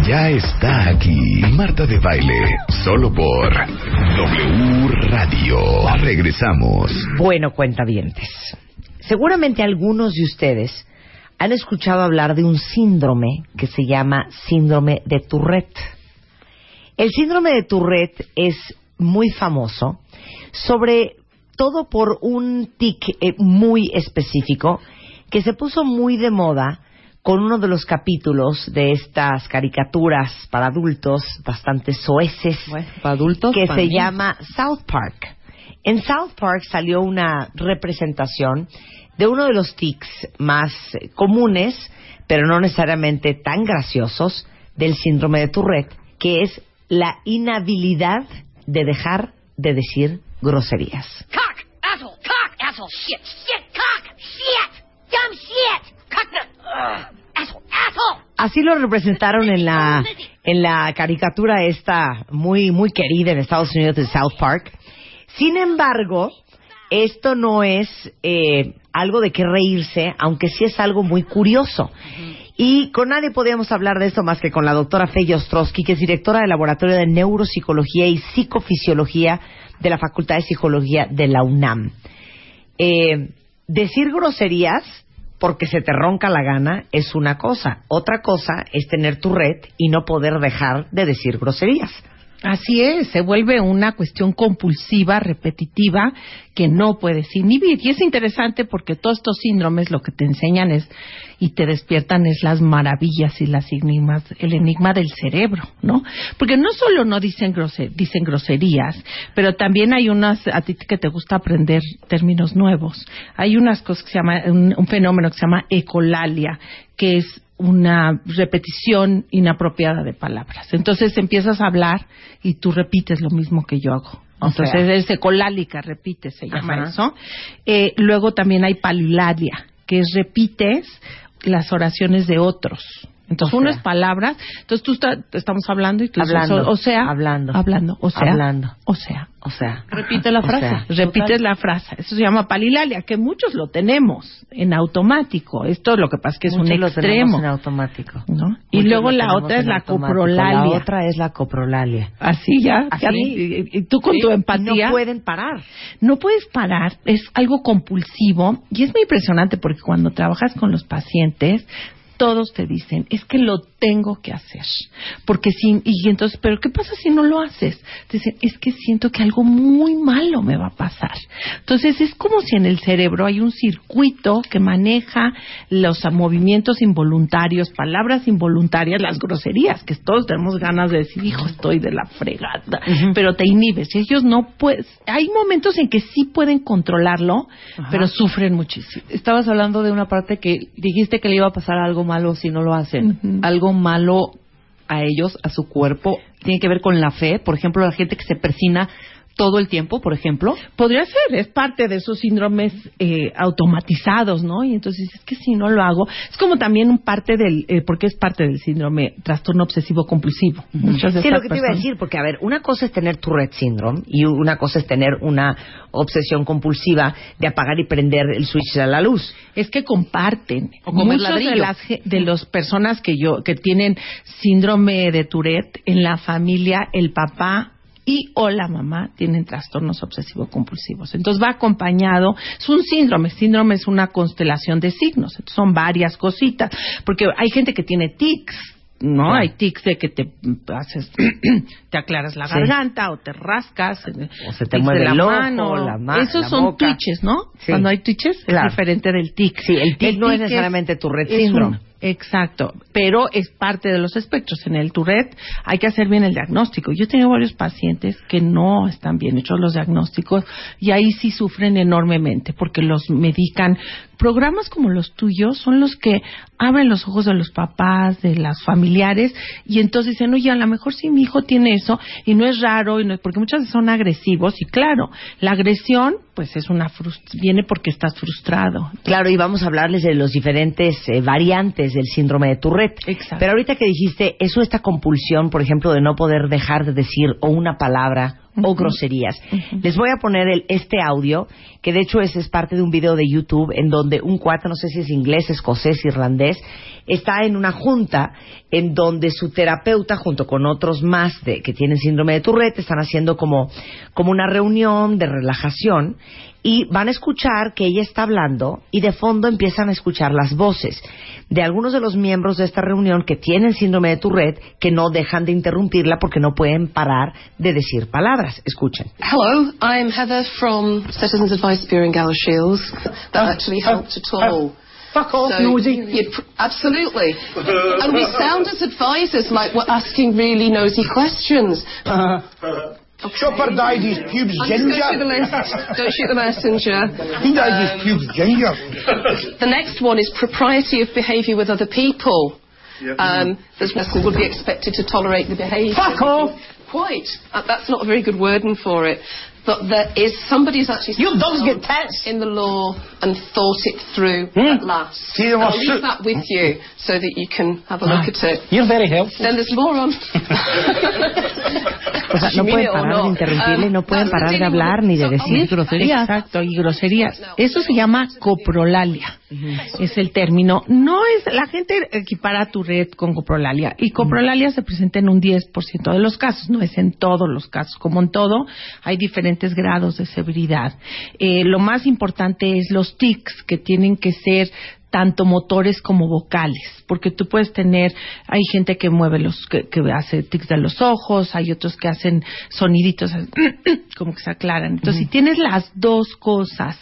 Ya está aquí Marta de Baile, solo por W Radio. Regresamos. Bueno, cuentavientes, seguramente algunos de ustedes han escuchado hablar de un síndrome que se llama síndrome de Tourette. El síndrome de Tourette es muy famoso, sobre todo por un tic muy específico que se puso muy de moda con uno de los capítulos de estas caricaturas para adultos bastante soeces, para adultos, que para se mí. llama South Park. En South Park salió una representación de uno de los tics más comunes, pero no necesariamente tan graciosos, del síndrome de Tourette, que es la inhabilidad de dejar de decir groserías. Cock, asshole, shit, cock, shit, dumb shit, cock, asshole. Así lo representaron en la caricatura esta muy muy querida en Estados Unidos de South Park. Sin embargo, esto no es algo de qué reírse, aunque sí es algo muy curioso. Y con nadie podíamos hablar de esto más que con la doctora Fey Ostrowski, que es directora del Laboratorio de Neuropsicología y Psicofisiología de la Facultad de Psicología de la UNAM. Decir groserías porque se te ronca la gana es una cosa. Otra cosa es tener Tourette y no poder dejar de decir groserías. Así es, se vuelve una cuestión compulsiva, repetitiva, que no puedes inhibir. Y es interesante porque todos estos síndromes lo que te enseñan es y te despiertan es las maravillas y las enigmas, el enigma del cerebro, ¿no? Porque no solo no dicen groserías, pero también hay unas, a ti que te gusta aprender términos nuevos, hay unas cosas que se llama, un fenómeno que se llama ecolalia, que es una repetición inapropiada de palabras. Entonces empiezas a hablar y tú repites lo mismo que yo hago. Entonces es ecolálica, repite, se llama eso. Luego también hay palilalia, que es repites las oraciones de otros. Entonces uno es palabras, entonces tú estamos hablando y tú hablando, dices, o sea, hablando, o sea. Repite la frase. Repites la frase. Eso se llama palilalia, que muchos lo tenemos en automático. Esto lo que pasa es que es un lo extremo. tenemos en automático. ¿No? Y luego la otra es la coprolalia. La otra es la coprolalia. Así ya. Así. Y tú con tu empatía. No pueden parar. No puedes parar. Es algo compulsivo. Y es muy impresionante porque cuando trabajas con los pacientes, todos te dicen, es que lo tengo que hacer. Porque y entonces, ¿pero qué pasa si no lo haces? Te dicen, es que siento que algo muy malo me va a pasar. Entonces, es como si en el cerebro hay un circuito que maneja los movimientos involuntarios, palabras involuntarias, las groserías, que todos tenemos ganas de decir, hijo, estoy de la fregada. Pero te inhibes. Y ellos no pueden. Hay momentos en que sí pueden controlarlo, pero sufren muchísimo. Estabas hablando de una parte que dijiste que le iba a pasar algo malo si no lo hacen. Algo malo a ellos, a su cuerpo, tiene que ver con la fe. Por ejemplo, la gente que se persina todo el tiempo, por ejemplo. Podría ser, es parte de esos síndromes automatizados, ¿no? Y entonces es que si no lo hago, es como también un parte del, porque es parte del síndrome trastorno obsesivo compulsivo. Muchas de Sí, estas lo que te iba a personas. decir, porque a ver, una cosa es tener Tourette Syndrome y una cosa es tener una obsesión compulsiva de apagar y prender el switch de la luz. Es que comparten. O comer Muchas ladrillo. de las personas que tienen síndrome de Tourette en la familia, el papá y o la mamá tienen trastornos obsesivo-compulsivos. Entonces va acompañado, es un síndrome. Síndrome es una constelación de signos. Entonces son varias cositas. Porque hay gente que tiene tics, ¿no? Claro. Hay tics de que te haces, te aclaras la garganta o te rascas, O se te tics mueve de el ojo, mano. Esos la son boca. twitches, ¿no? Sí. Cuando hay twitches Claro. es diferente del tic. Sí, el tic no es necesariamente Tourette Syndrome. Exacto, pero es parte de los espectros. En el Tourette hay que hacer bien el diagnóstico. Yo he tenido varios pacientes que no están bien hechos los diagnósticos y ahí sí sufren enormemente porque los medican. Programas como los tuyos son los que abren los ojos de los papás, de los familiares y entonces dicen, oye, a lo mejor sí mi hijo tiene eso y no es raro, y no, porque muchas veces son agresivos y claro, la agresión pues es viene porque estás frustrado. Claro, y vamos a hablarles de los diferentes variantes del síndrome de Tourette. Exacto. Pero ahorita que dijiste, esta compulsión, por ejemplo, de no poder dejar de decir o una palabra o groserías. Les voy a poner este audio, que de hecho es parte de un video de YouTube en donde un cuate, no sé si es inglés, escocés, irlandés, está en una junta en donde su terapeuta, junto con otros más que tienen síndrome de Tourette, están haciendo como una reunión de relajación, y van a escuchar que ella está hablando y de fondo empiezan a escuchar las voces de algunos de los miembros de esta reunión que tienen síndrome de Tourette, que no dejan de interrumpirla porque no pueden parar de decir palabras. Escuchen. Hello, I'm Heather from Citizens Advice Bureau in Galashiels. That actually helped at all. Fuck off, so nosy. Absolutely. And we sound as advisors like we're asking really nosy questions. Chopper dyed his pubes ginger. Go through the list. Don't shoot the messenger. He dyed his pubes ginger. The next one is propriety of behaviour with other people. This person would be expected to tolerate the behaviour. Fuck off! Quite. That's not a very good wording for it. But there is somebody's actually You dogs get tats in the law and thought it through at last. See, I'll leave that with you so that you can have a look at it. You're very helpful. Then there's more on. O sea, no pueden parar de interrumpirle, no pueden parar de hablar ni de decir groserías. Exacto, y groserías. Eso se llama coprolalia. Es el término. No es, la gente equipara Tourette con coprolalia, y coprolalia se presenta en un 10% de los casos, no es en todos los casos. Como en todo, hay diferentes grados de severidad. Lo más importante es los tics, que tienen que ser tanto motores como vocales, porque tú puedes tener, hay gente que mueve que hace tics de los ojos, hay otros que hacen soniditos como que se aclaran. Entonces, si tienes las dos cosas,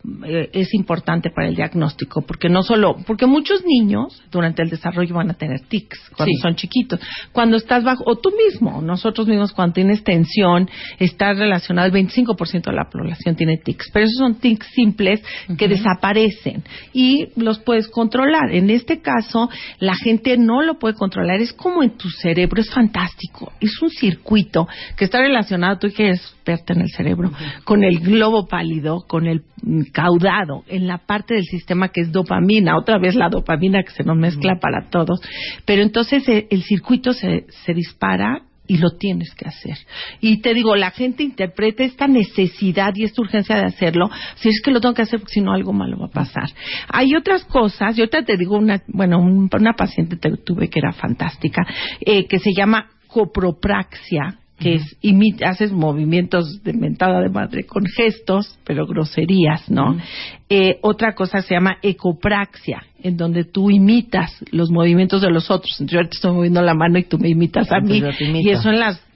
es importante para el diagnóstico, porque porque muchos niños durante el desarrollo van a tener tics cuando son chiquitos. Cuando estás bajo, o tú mismo, nosotros mismos cuando tienes tensión, está relacionado, el 25% de la población tiene tics, pero esos son tics simples que desaparecen y los puedes controlar. En este caso, la gente no lo puede controlar, es como en tu cerebro, es fantástico, es un circuito que está relacionado, tú que eres experta en el cerebro, con el globo pálido, con el caudado, en la parte del sistema que es dopamina, otra vez la dopamina que se nos mezcla para todos, pero entonces el circuito se dispara y lo tienes que hacer. Y te digo, la gente interpreta esta necesidad y esta urgencia de hacerlo, si es que lo tengo que hacer porque si no algo malo va a pasar. Hay otras cosas, yo ahorita te digo una paciente que tuve que era fantástica, que se llama copropraxia, que es haces movimientos de mentada de madre con gestos, pero groserías, ¿no? Otra cosa se llama ecopraxia, en donde tú imitas los movimientos de los otros. Yo te estoy moviendo la mano y tú me imitas a mí. Y eso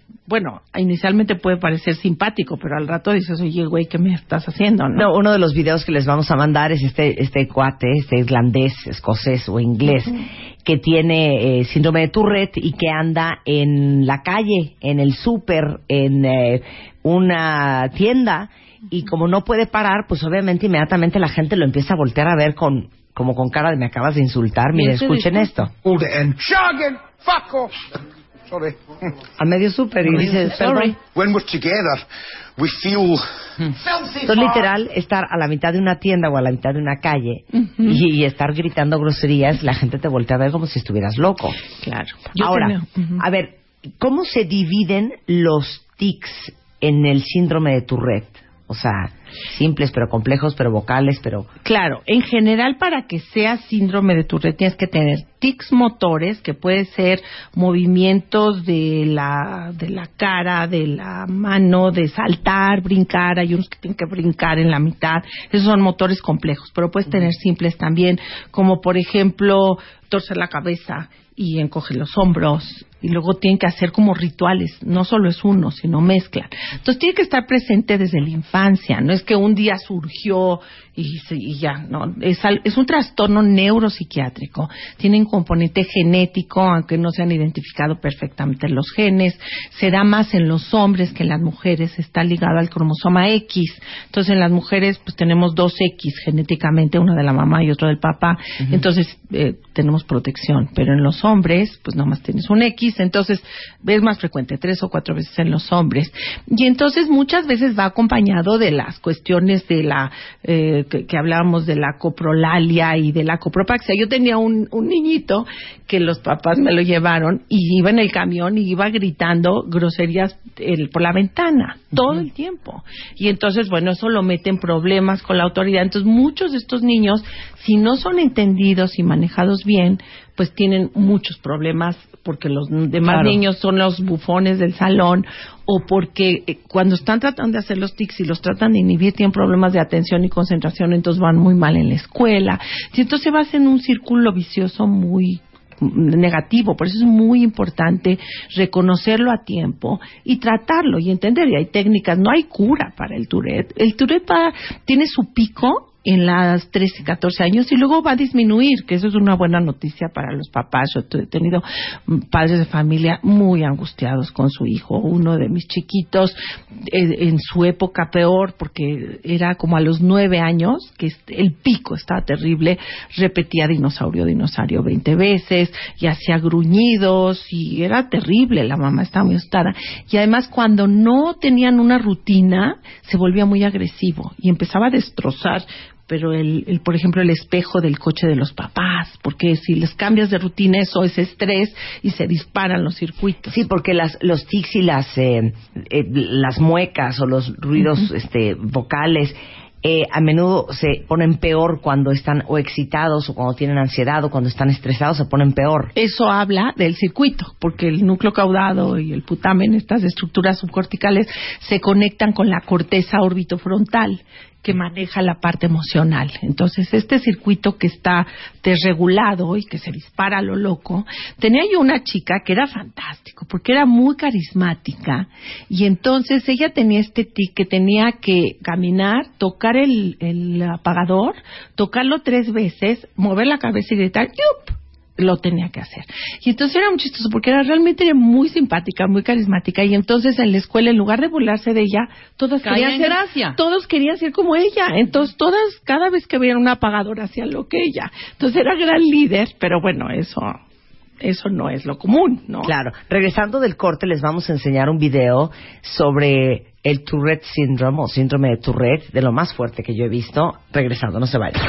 inicialmente puede parecer simpático, pero al rato dices, oye, güey, ¿qué me estás haciendo? No, uno de los videos que les vamos a mandar es este cuate, este irlandés, escocés o inglés, que tiene síndrome de Tourette y que anda en la calle, en el súper, en una tienda, y como no puede parar, pues obviamente inmediatamente la gente lo empieza a voltear a ver como con cara de me acabas de insultar. Miren, escuchen esto. Hold it in. Jogging! Fuck off! Sorry. A medio súper y dices, sorry. When we're together, we feel filthy. Entonces, literal, estar a la mitad de una tienda o a la mitad de una calle y estar gritando groserías, la gente te voltea a ver como si estuvieras loco. Claro. Ahora, a ver, ¿cómo se dividen los tics en el síndrome de Tourette? O sea, simples, pero complejos, pero vocales, pero... Claro, en general, para que sea síndrome de Tourette tienes que tener tics motores, que puede ser movimientos de la cara, de la mano, de saltar, brincar. Hay unos que tienen que brincar en la mitad. Esos son motores complejos, pero puedes tener simples también, como por ejemplo, torcer la cabeza y encoger los hombros, y luego tienen que hacer como rituales, no solo es uno, sino mezclan. Entonces tiene que estar presente desde la infancia, no es que un día surgió y ya, no, es un trastorno neuropsiquiátrico, tiene un componente genético, aunque no se han identificado perfectamente los genes, se da más en los hombres que en las mujeres, está ligado al cromosoma X, entonces en las mujeres pues tenemos 2X genéticamente, uno de la mamá y otro del papá, entonces tenemos protección, pero en los hombres pues nomás tienes un X, entonces es más frecuente, 3 o 4 veces en los hombres, y entonces muchas veces va acompañado de las cuestiones de la que hablábamos de la coprolalia y de la copropaxia. Yo tenía un niñito que los papás me lo llevaron y iba en el camión y iba gritando groserías por la ventana todo el tiempo. Y entonces, bueno, eso lo mete en problemas con la autoridad. Entonces, muchos de estos niños, si no son entendidos y manejados bien, pues tienen muchos problemas porque los demás niños son los bufones del salón, o porque cuando están tratando de hacer los tics y los tratan de inhibir, tienen problemas de atención y concentración, entonces van muy mal en la escuela. Y entonces se va haciendo un círculo vicioso muy negativo. Por eso es muy importante reconocerlo a tiempo y tratarlo y entender. Y hay técnicas, no hay cura para el Tourette. El Tourette tiene su pico en las 13 y 14 años y luego va a disminuir, que eso es una buena noticia para los papás. Yo he tenido padres de familia muy angustiados con su hijo. Uno de mis chiquitos en su época peor, porque era como a los 9 años, que el pico estaba terrible, repetía dinosaurio 20 veces y hacía gruñidos y era terrible. La mamá estaba muy asustada y además cuando no tenían una rutina se volvía muy agresivo y empezaba a destrozar, pero por ejemplo, el espejo del coche de los papás, porque si les cambias de rutina, eso es estrés y se disparan los circuitos. Sí, porque los tics y las muecas o los ruidos vocales a menudo se ponen peor cuando están o excitados o cuando tienen ansiedad o cuando están estresados, se ponen peor. Eso habla del circuito, porque el núcleo caudado y el putamen, estas estructuras subcorticales, se conectan con la corteza orbitofrontal, que maneja la parte emocional. Entonces, este circuito que está desregulado y que se dispara a lo loco, tenía yo una chica que era fantástico, porque era muy carismática, y entonces ella tenía este tic que tenía que caminar, tocar el apagador, tocarlo 3 veces, mover la cabeza y gritar ¡yup! Lo tenía que hacer. Y entonces era muy chistoso porque realmente muy simpática, muy carismática, y entonces en la escuela, en lugar de burlarse de ella, todos querían ser como ella. Entonces cada vez que veían un apagador hacían lo que ella. Entonces era gran líder, pero bueno, eso no es lo común, ¿no? Claro. Regresando del corte, les vamos a enseñar un video sobre el Tourette Syndrome o síndrome de Tourette, de lo más fuerte que yo he visto. Regresando, no se vayan.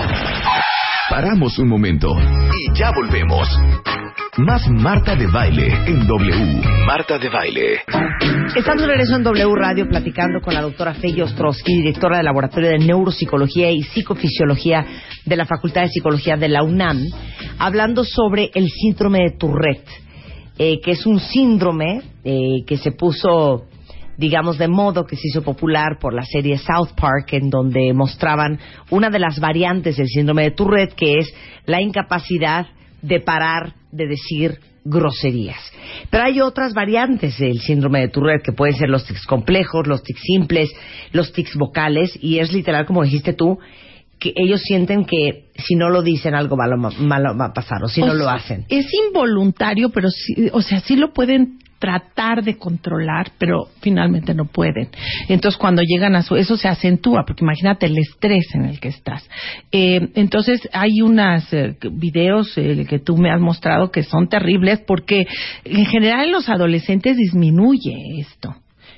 Paramos un momento y ya volvemos. Más Marta de Baile en W. Marta de Baile. Estamos de regreso en W Radio platicando con la doctora Fey Ostrowski, directora del Laboratorio de Neuropsicología y Psicofisiología de la Facultad de Psicología de la UNAM, hablando sobre el síndrome de Tourette, que es un síndrome que se puso, digamos, de modo, que se hizo popular por la serie South Park, en donde mostraban una de las variantes del síndrome de Tourette, que es la incapacidad de parar de decir groserías. Pero hay otras variantes del síndrome de Tourette, que pueden ser los tics complejos, los tics simples, los tics vocales, y es literal, como dijiste tú, que ellos sienten que si no lo dicen algo malo va a pasar, o si no lo hacen. Es involuntario, pero sí, sí lo pueden tratar de controlar, pero finalmente no pueden. Entonces, cuando llegan eso se acentúa, porque imagínate el estrés en el que estás. Entonces, hay unos videos que tú me has mostrado que son terribles, porque en general en los adolescentes disminuye esto.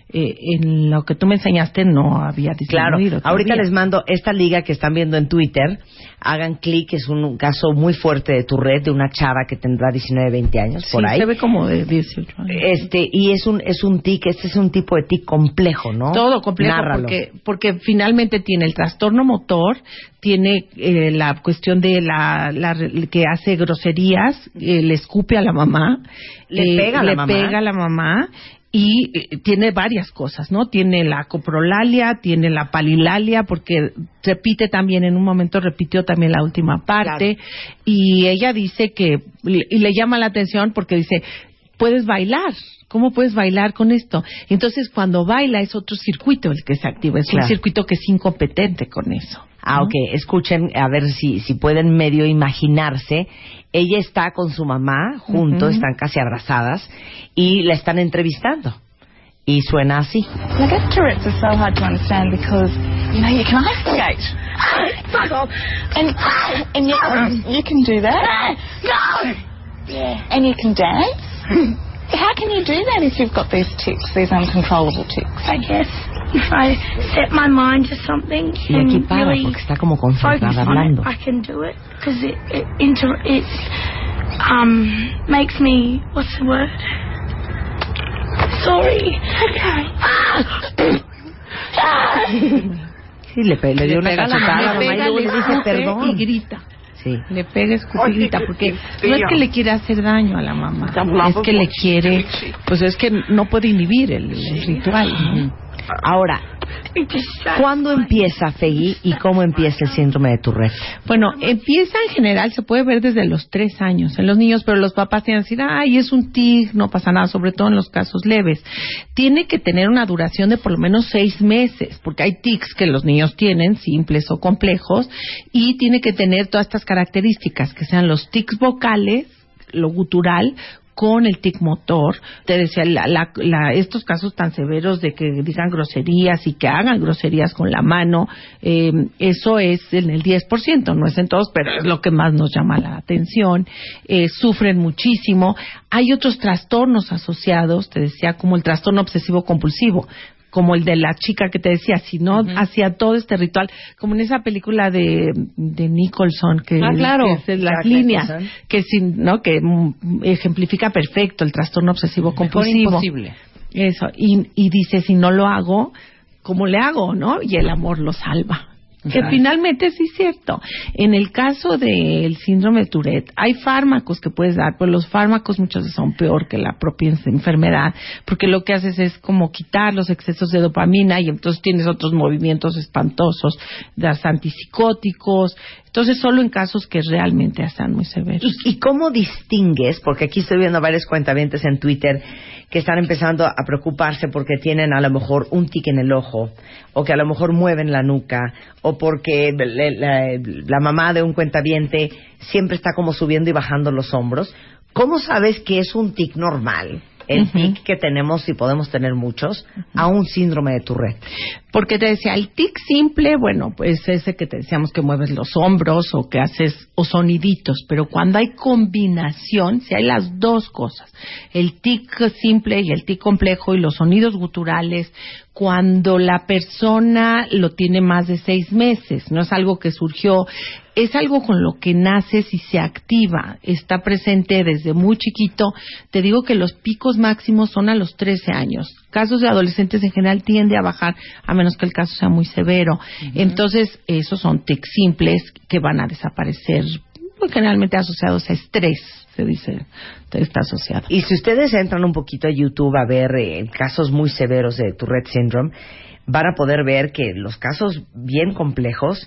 En lo que tú me enseñaste no había disminuido. Claro, ahorita les mando esta liga que están viendo en Twitter. Hagan clic, es un caso muy fuerte de Tourette, de una chava que tendrá 19, 20 años, por ahí. Se ve como de 18 años. Y es un tic, este es un tipo de tic complejo, ¿no? Todo complejo, porque finalmente tiene el trastorno motor, tiene la cuestión de que hace groserías, le escupe a la mamá, le pega a la mamá. Y tiene varias cosas, ¿no? Tiene la coprolalia, tiene la palilalia, porque repite también, en un momento repitió también la última parte, claro. Y ella dice y le llama la atención porque dice, puedes bailar, ¿cómo puedes bailar con esto? Entonces, cuando baila es otro circuito el que se activa, es un circuito que es incompetente con eso. ¿No? Ok, escuchen, a ver si pueden medio imaginarse. Ella está con su mamá juntos, están casi abrazadas, y la están entrevistando. Y suena así. I guess Tourette's are so hard to understand because, you can ice skate. Fuck off. And you can do that. No! Yeah. And you can dance. How can you do that if you've got these tics, these uncontrollable tics? I guess if I set my mind to something Y aquí and para really porque está como focus concentrada on hablando. it, I can do it because it makes me, what's the word? Sorry. Sí, le dio una cachetada a la mamá y luego le dice escupe perdón. y grita. Sí. Le pega, escupe y grita, porque no es que le quiere hacer daño a la mamá, es que le quiere, pues es que no puede inhibir el ritual, ¿no? Ahora, ¿cuándo empieza, Fegui, y cómo empieza el síndrome de Tourette? Bueno, empieza en general, se puede ver desde los 3 años en los niños, pero los papás tienen que decir, ay, es un tic, no pasa nada, sobre todo en los casos leves. Tiene que tener una duración de por lo menos 6 meses, porque hay tics que los niños tienen, simples o complejos, y tiene que tener todas estas características, que sean los tics vocales, lo gutural, con el tic motor. Te decía, estos casos tan severos de que digan groserías y que hagan groserías con la mano, eso es en el 10%, no es en todos, pero es lo que más nos llama la atención. Sufren muchísimo. Hay otros trastornos asociados, te decía, como el trastorno obsesivo compulsivo, como el de la chica que te decía, si no hacía todo este ritual, como en esa película de Nicholson, que, claro, que es las líneas, que ejemplifica perfecto el trastorno obsesivo compulsivo. Imposible. Eso, y dice, si no lo hago, ¿cómo le hago, no? Y el amor lo salva. Que finalmente sí es cierto. En el caso del síndrome de Tourette, hay fármacos que puedes dar, pero los fármacos muchas veces son peor que la propia enfermedad, porque lo que haces es como quitar los excesos de dopamina y entonces tienes otros movimientos espantosos, das antipsicóticos. Entonces, solo en casos que realmente están muy severos. ¿Y cómo distingues? Porque aquí estoy viendo varios cuentavientes en Twitter que están empezando a preocuparse porque tienen a lo mejor un tic en el ojo, o que a lo mejor mueven la nuca, o porque la mamá de un cuentaviente siempre está como subiendo y bajando los hombros. ¿Cómo sabes que es un tic normal, el tic que tenemos, y podemos tener muchos, a un síndrome de Tourette? Porque te decía, el tic simple, bueno, pues ese que te decíamos que mueves los hombros o que haces o soniditos, pero cuando hay combinación, si hay las dos cosas, el tic simple y el tic complejo y los sonidos guturales, cuando la persona lo tiene más de 6 meses, no es algo que surgió, es algo con lo que naces y se activa, está presente desde muy chiquito. Te digo que los picos máximos son a los 13 años. Casos de adolescentes en general tiende a bajar, a menos que el caso sea muy severo. Entonces, esos son tics simples que van a desaparecer, pues, generalmente asociados a estrés, se dice, está asociado. Y si ustedes entran un poquito a YouTube a ver casos muy severos de Tourette Syndrome, van a poder ver que los casos bien complejos,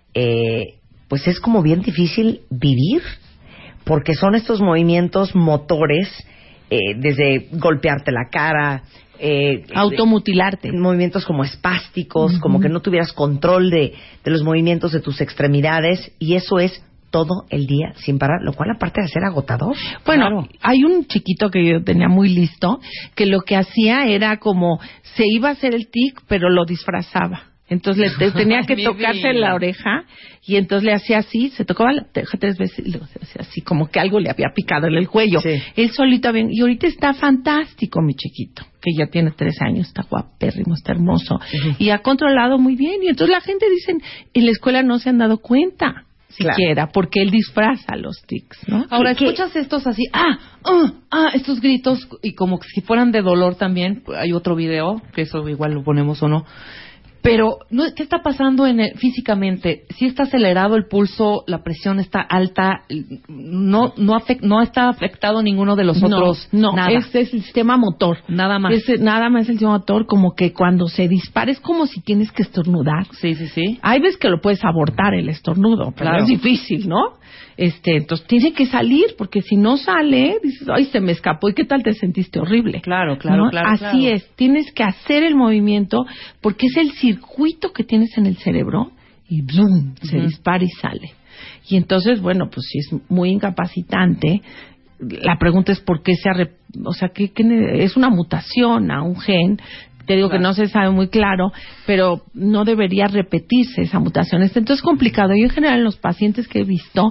pues es como bien difícil vivir, porque son estos movimientos motores, desde golpearte la cara, automutilarte, movimientos como espásticos, como que no tuvieras control de los movimientos de tus extremidades, y eso es todo el día sin parar, lo cual aparte de ser agotador. Bueno, claro. Hay un chiquito que yo tenía muy listo, que lo que hacía era como, se iba a hacer el tic, pero lo disfrazaba. Entonces tenía que tocarse la oreja y entonces le hacía así, se tocaba la oreja 3 veces y luego se hacía así, como que algo le había picado en el cuello. Sí. Él solito bien, y ahorita está fantástico mi chiquito, que ya tiene 13 años, está guapérrimo, está hermoso, y ha controlado muy bien. Y entonces la gente dice, en la escuela no se han dado cuenta siquiera, porque él disfraza los tics, ¿no? Ahora, escuchas estos así, estos gritos, y como si fueran de dolor también. Hay otro video, que eso igual lo ponemos o no. Pero, ¿qué está pasando físicamente? Si está acelerado el pulso, la presión está alta, no está afectado ninguno de los otros. No, nada. Es el sistema motor. Nada más. Nada más el sistema motor, como que cuando se dispara es como si tienes que estornudar. Sí. Hay veces que lo puedes abortar el estornudo, pero es difícil, ¿no? Entonces tiene que salir, porque si no sale, dices, ay, se me escapó, ¿y qué tal te sentiste? Horrible. Claro. Así es, tienes que hacer el movimiento, porque es el circuito que tienes en el cerebro, y ¡blum!, se dispara y sale. Y entonces, bueno, pues sí es muy incapacitante. La pregunta es por qué ¿qué es una mutación a un gen? Te digo que no se sabe muy claro, pero no debería repetirse esa mutación. Entonces es complicado. Yo en general en los pacientes que he visto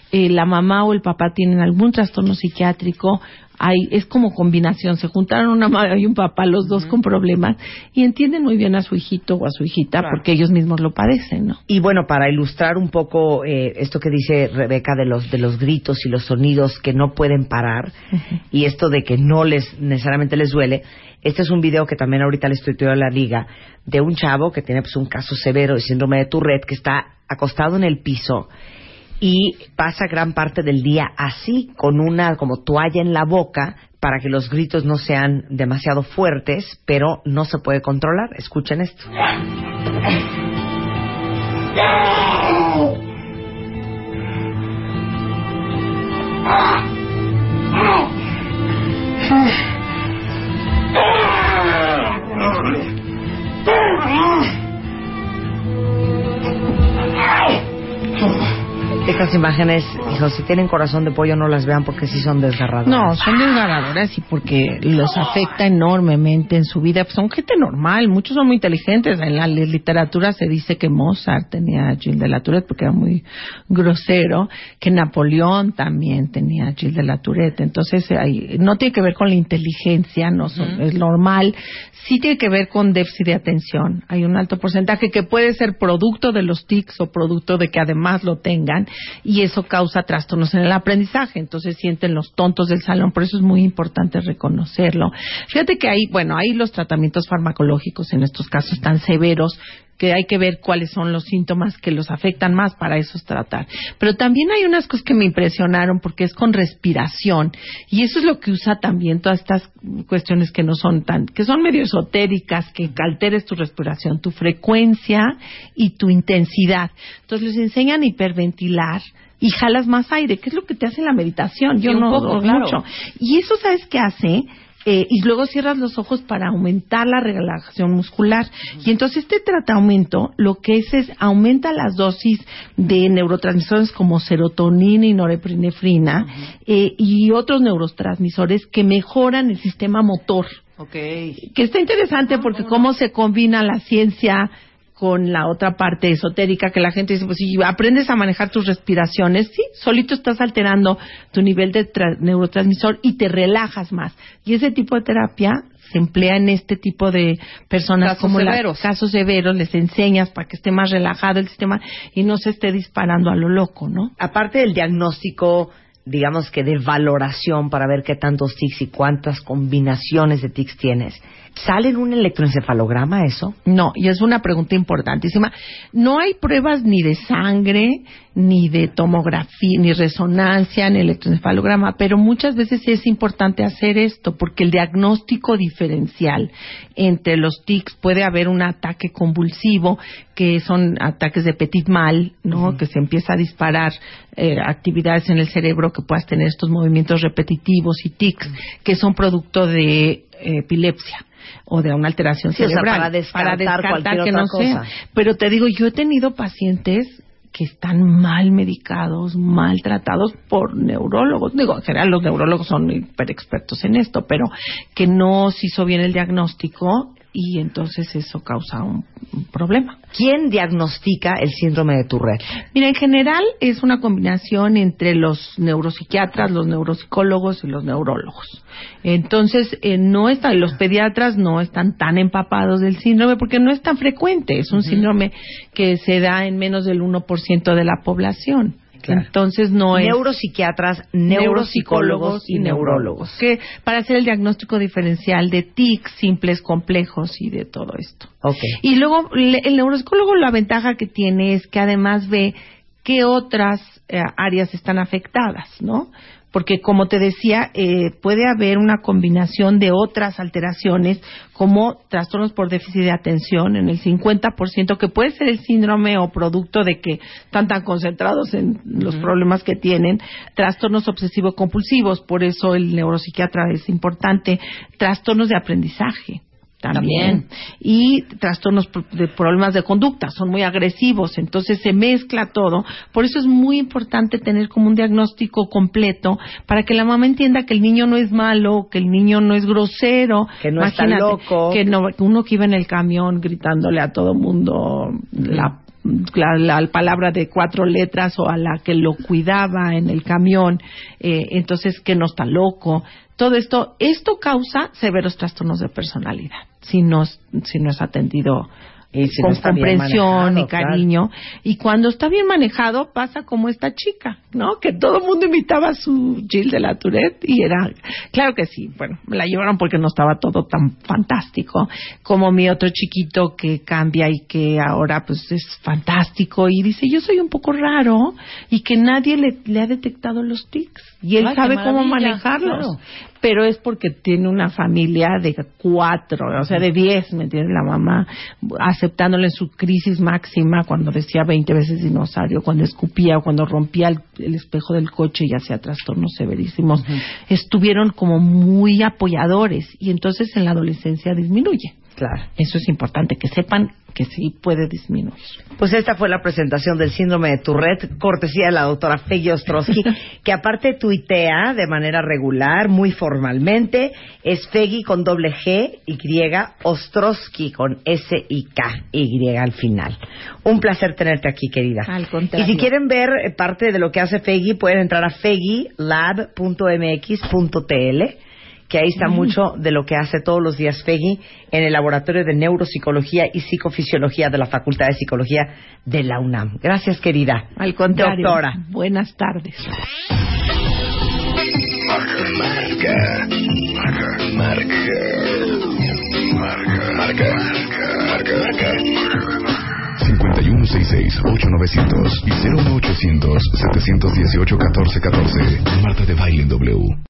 la mamá o el papá tienen algún trastorno psiquiátrico, es como combinación, se juntaron una madre y un papá, los dos con problemas, y entienden muy bien a su hijito o a su hijita, claro, porque ellos mismos lo padecen, ¿no? Y bueno, para ilustrar un poco esto que dice Rebeca de los gritos y los sonidos que no pueden parar, y esto de que no necesariamente les duele, este es un video que también ahorita les estoy en la liga, de un chavo que tiene pues un caso severo de síndrome de Tourette, que está acostado en el piso y pasa gran parte del día así, con una como toalla en la boca, para que los gritos no sean demasiado fuertes, pero no se puede controlar. Escuchen esto. Estas imágenes, hijos, si tienen corazón de pollo no las vean porque sí son desgarradoras. No, son desgarradoras y porque los afecta enormemente en su vida. Pues son gente normal, muchos son muy inteligentes. En la literatura se dice que Mozart tenía Gilles de la Tourette porque era muy grosero, que Napoleón también tenía Gilles de la Tourette. Entonces, no tiene que ver con la inteligencia, es normal. Sí tiene que ver con déficit de atención. Hay un alto porcentaje que puede ser producto de los tics o producto de que además lo tengan, y eso causa trastornos en el aprendizaje. Entonces sienten los tontos del salón, por eso es muy importante reconocerlo. Fíjate que hay los tratamientos farmacológicos en estos casos tan severos, que hay que ver cuáles son los síntomas que los afectan más para eso tratar. Pero también hay unas cosas que me impresionaron porque es con respiración, y eso es lo que usa también todas estas cuestiones que son medio esotéricas, que alteres tu respiración, tu frecuencia y tu intensidad. Entonces les enseñan a hiperventilar y jalas más aire, que es lo que te hace la meditación. Yo no mucho. Claro. Y eso, ¿sabes qué hace? Y luego cierras los ojos para aumentar la relajación muscular. Y entonces este tratamiento lo que es aumenta las dosis de neurotransmisores como serotonina y norepinefrina, y otros neurotransmisores que mejoran el sistema motor. Okay. Que está interesante porque cómo se combina la ciencia con la otra parte esotérica, que la gente dice, pues si aprendes a manejar tus respiraciones, sí, solito estás alterando tu nivel de neurotransmisor y te relajas más. Y ese tipo de terapia se emplea en este tipo de personas casos severos, les enseñas para que esté más relajado el sistema y no se esté disparando a lo loco, ¿no? Aparte del diagnóstico, digamos que de valoración para ver qué tantos tics y cuántas combinaciones de tics tienes, ¿sale en un electroencefalograma eso? No, y es una pregunta importantísima. No hay pruebas ni de sangre, ni de tomografía, ni resonancia, ni electroencefalograma, pero muchas veces es importante hacer esto, porque el diagnóstico diferencial entre los tics, puede haber un ataque convulsivo, que son ataques de petit mal, ¿no? Que se empieza a disparar actividades en el cerebro, que puedas tener estos movimientos repetitivos y tics, que son producto de epilepsia o de una alteración cerebral, o sea, para descartar que no sea. Pero te digo, yo he tenido pacientes que están mal medicados, mal tratados por neurólogos. Digo, en general los neurólogos son hiper expertos en esto, pero que no se hizo bien el diagnóstico y entonces eso causa un problema. ¿Quién diagnostica el síndrome de Tourette? Mira, en general es una combinación entre los neuropsiquiatras, los neuropsicólogos y los neurólogos. Entonces, los pediatras no están tan empapados del síndrome porque no es tan frecuente. Es un síndrome que se da en menos del 1% de la población. Claro. Entonces no es neuropsiquiatras, neuropsicólogos y neurólogos. Que para hacer el diagnóstico diferencial de tics simples, complejos y de todo esto. Okay. Y luego el neuropsicólogo, la ventaja que tiene es que además ve qué otras áreas están afectadas, ¿no? Porque, como te decía, puede haber una combinación de otras alteraciones, como trastornos por déficit de atención en el 50%, que puede ser el síndrome o producto de que están tan concentrados en los problemas que tienen, trastornos obsesivo-compulsivos, por eso el neuropsiquiatra es importante, trastornos de aprendizaje. También. Y trastornos de problemas de conducta, son muy agresivos, entonces se mezcla todo. Por eso es muy importante tener como un diagnóstico completo para que la mamá entienda que el niño no es malo, que el niño no es grosero, que no está loco, que uno que iba en el camión gritándole a todo mundo la la palabra de 4 letras, o a la que lo cuidaba en el camión, entonces que no está loco. Todo esto causa severos trastornos de personalidad si no es atendido si con no está bien comprensión manejado, y cariño. Claro. Y cuando está bien manejado pasa como esta chica, ¿no? Que todo el mundo imitaba a su Jill de la Tourette, y era, claro que sí, bueno, me la llevaron porque no estaba todo tan fantástico como mi otro chiquito, que cambia y que ahora pues es fantástico y dice, yo soy un poco raro, y que nadie le ha detectado los tics, y él sabe cómo manejarlos. Claro. Pero es porque tiene una familia de 4, o sea, de 10, ¿me entiendes? La mamá aceptándole en su crisis máxima, cuando decía 20 veces dinosaurio, cuando escupía, cuando rompía el espejo del coche y hacía trastornos severísimos. Estuvieron como muy apoyadores, y entonces en la adolescencia disminuye. Claro. Eso es importante, que sepan que sí puede disminuir. Pues esta fue la presentación del síndrome de Tourette, cortesía de la doctora Peggy Ostrowski, que aparte tuitea de manera regular, muy formalmente. Es Peggy con doble G, Y, Ostrowski con S-I-K-Y al final. Un placer tenerte aquí, querida. Al contrario. Y si quieren ver parte de lo que hace Peggy, pueden entrar a peggylab.mx.tl, que ahí está mucho de lo que hace todos los días Peggy en el Laboratorio de Neuropsicología y Psicofisiología de la Facultad de Psicología de la UNAM. Gracias, querida. Al contrario. Doctora. Buenas tardes. Marca. 5166-8900 y 01800-718-1414. Marta de Baile en W.